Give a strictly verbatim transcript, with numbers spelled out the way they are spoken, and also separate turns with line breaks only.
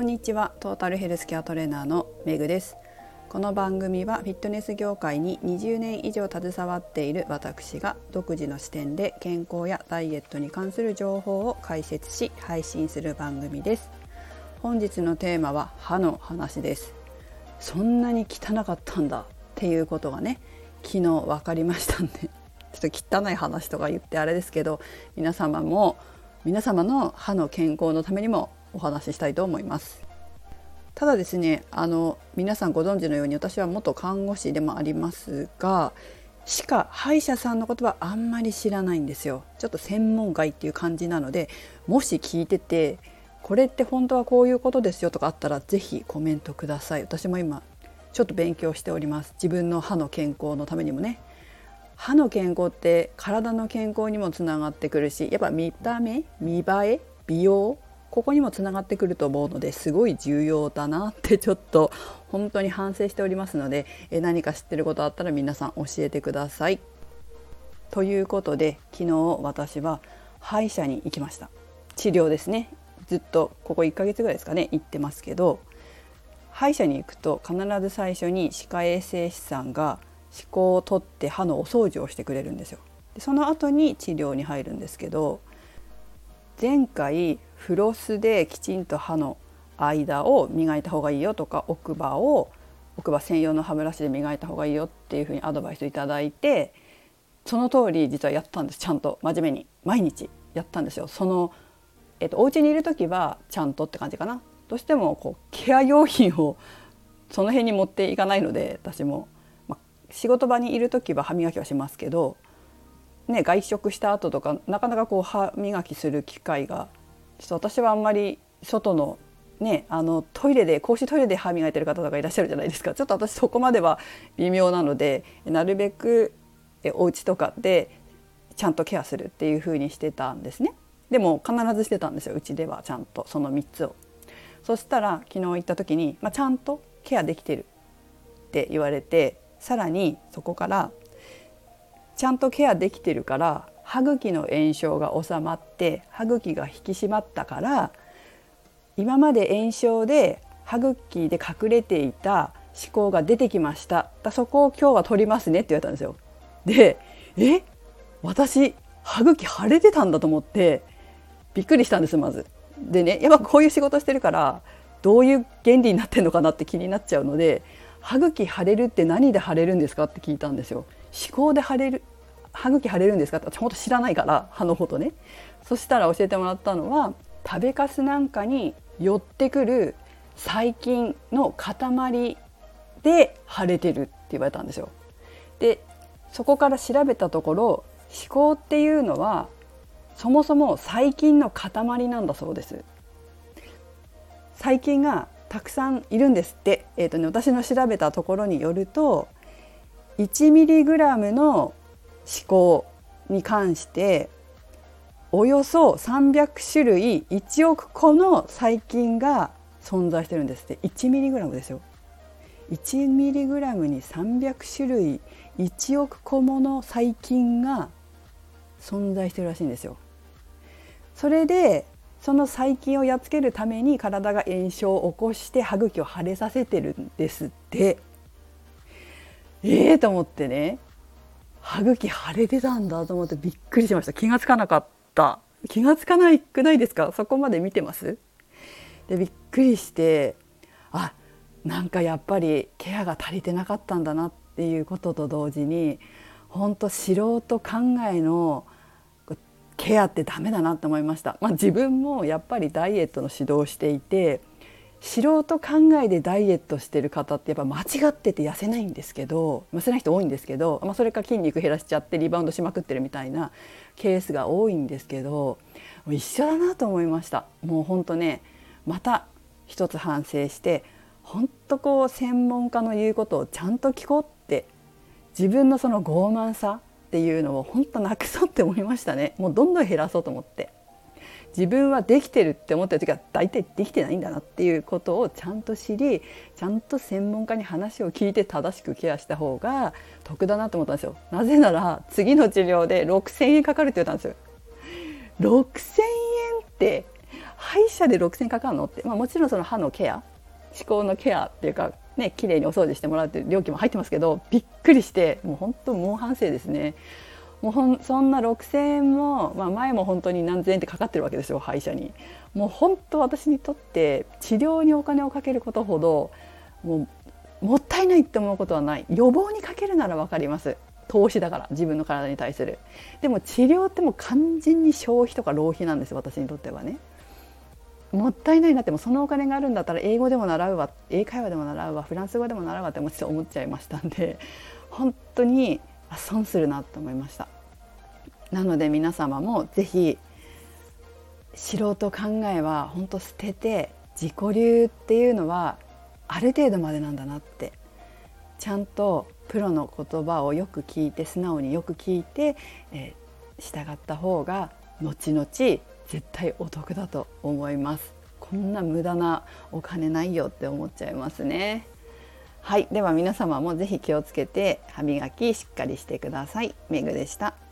んにちは。トータルヘルスケアトレーナーのめぐです。この番組はフィットネス業界ににじゅうねん以上携わっている私が独自の視点で健康やダイエットに関する情報を解説し配信する番組です。本日のテーマは歯の話です。そんなに汚かったんだっていうことがね、昨日分かりましたんで、ちょっと汚い話とか言ってあれですけど、皆様も皆様の歯の健康のためにもお話ししたいと思います。ただですね、あの皆さんご存知のように私は元看護師でもありますが、歯科歯医者さんのことはあんまり知らないんですよ。ちょっと専門外っていう感じなので、もし聞いててこれって本当はこういうことですよとかあったらぜひコメントください。私も今ちょっと勉強しております。自分の歯の健康のためにもね。歯の健康って体の健康にもつながってくるし、やっぱ見た目、見栄え、美容、ここにもつながってくると思うので、すごい重要だなってちょっと本当に反省しておりますので、え何か知ってることあったら皆さん教えてください。ということで、昨日私は歯医者に行きました。治療ですね。ずっとここいっかげつぐらいですかね、行ってますけど、歯医者に行くと必ず最初に歯科衛生士さんが歯垢を取って歯のお掃除をしてくれるんですよ。でその後に治療に入るんですけど、前回フロスできちんと歯の間を磨いた方がいいよとか、奥歯を奥歯専用の歯ブラシで磨いた方がいいよっていうふうにアドバイスいただいて、その通り実はやったんです。ちゃんと真面目に毎日やったんですよ。その、えっと、お家にいる時はちゃんとって感じかな。どうしてもこうケア用品をその辺に持っていかないので、私も、まあ、仕事場にいる時は歯磨きはしますけどね、外食した後とかなかなかこう歯磨きする機会がちょっと私はあんまり外のね、あのトイレで公衆トイレで歯磨いてる方とかいらっしゃるじゃないですか。ちょっと私そこまでは微妙なので、なるべくお家とかでちゃんとケアするっていう風にしてたんですね。でも必ずしてたんですよ、うちではちゃんとそのみっつを。そしたら昨日行った時に、まあ、ちゃんとケアできてるって言われて、さらにそこからちゃんとケアできてるから歯茎の炎症が収まって歯茎が引き締まったから、今まで炎症で歯茎で隠れていた歯垢が出てきました。だそこを今日は取りますねって言われたんですよ。で、え私歯茎腫れてたんだと思ってびっくりしたんです。まずでね、やっぱこういう仕事してるからどういう原理になってるのかなって気になっちゃうので、歯茎腫れるって何で腫れるんですかって聞いたんですよ。歯垢で腫れる歯茎腫れるんですかって私本当知らないから、歯のことね。そしたら教えてもらったのは、食べかすなんかに寄ってくる細菌の塊で腫れてるって言われたんですよ。でそこから調べたところ、歯垢っていうのはそもそも細菌の塊なんだそうです。細菌がたくさんいるんですって。えーとね、私の調べたところによると、いちミリグラムの歯垢に関しておよそさんびゃくしゅるいいちおくこの細菌が存在してるんですって。いちミリグラムですよ。いちミリグラムにさんびゃくしゅるいいちおくこもの細菌が存在してるらしいんですよ。それでその細菌をやっつけるために体が炎症を起こして歯茎を腫れさせてるんですって。ええー、と思ってね、歯茎腫れてたんだと思ってびっくりしました。気がつかなかった。気がつかないくないですか？そこまで見てます？でびっくりして、あ、なんかやっぱりケアが足りてなかったんだなっていうことと同時に、本当素人考えのケアってダメだなって思いました。まあ、自分もやっぱりダイエットの指導をしていて、素人考えでダイエットしてる方ってやっぱ間違ってて痩せないんですけど、痩せない人多いんですけど、まあ、それか筋肉減らしちゃってリバウンドしまくってるみたいなケースが多いんですけど、一緒だなと思いました。もう本当ね、また一つ反省して、本当こう専門家の言うことをちゃんと聞こうって、自分のその傲慢さっていうのを本当なくそうって思いましたね。もうどんどん減らそうと思って、自分はできてるって思ってる時は大体できてないんだなっていうことをちゃんと知り、ちゃんと専門家に話を聞いて正しくケアした方が得だなと思ったんですよ。なぜなら次の治療でろくせんえんかかるって言ったんですよ。ろくせんえんって歯医者でろくせんえんかかるのって、まあ、もちろんその歯のケア、歯垢のケアっていうかね、綺麗にお掃除してもらうっていう料金も入ってますけど、びっくりして、もう本当猛反省ですね。もうほんそんなろくせんえんも、まあ、前も本当に何千円ってかかってるわけですよ、歯医者に。もう本当私にとって治療にお金をかけることほどもうもったいないって思うことはない。予防にかけるなら分かります、投資だから、自分の体に対する。でも治療ってもう完全に消費とか浪費なんです、私にとってはね。もったいないなって、もそのお金があるんだったら英語でも習うわ、英会話でも習うわ、フランス語でも習うわって思っちゃいましたんで、本当に損するなと思いました。なので皆様もぜひ素人考えは本当捨てて、自己流っていうのはある程度までなんだなって、ちゃんとプロの言葉をよく聞いて、素直によく聞いて、えー、従った方が後々絶対お得だと思います。こんな無駄なお金ないよって思っちゃいますね。はい、では皆様もぜひ気をつけて歯磨きしっかりしてください。めぐでした。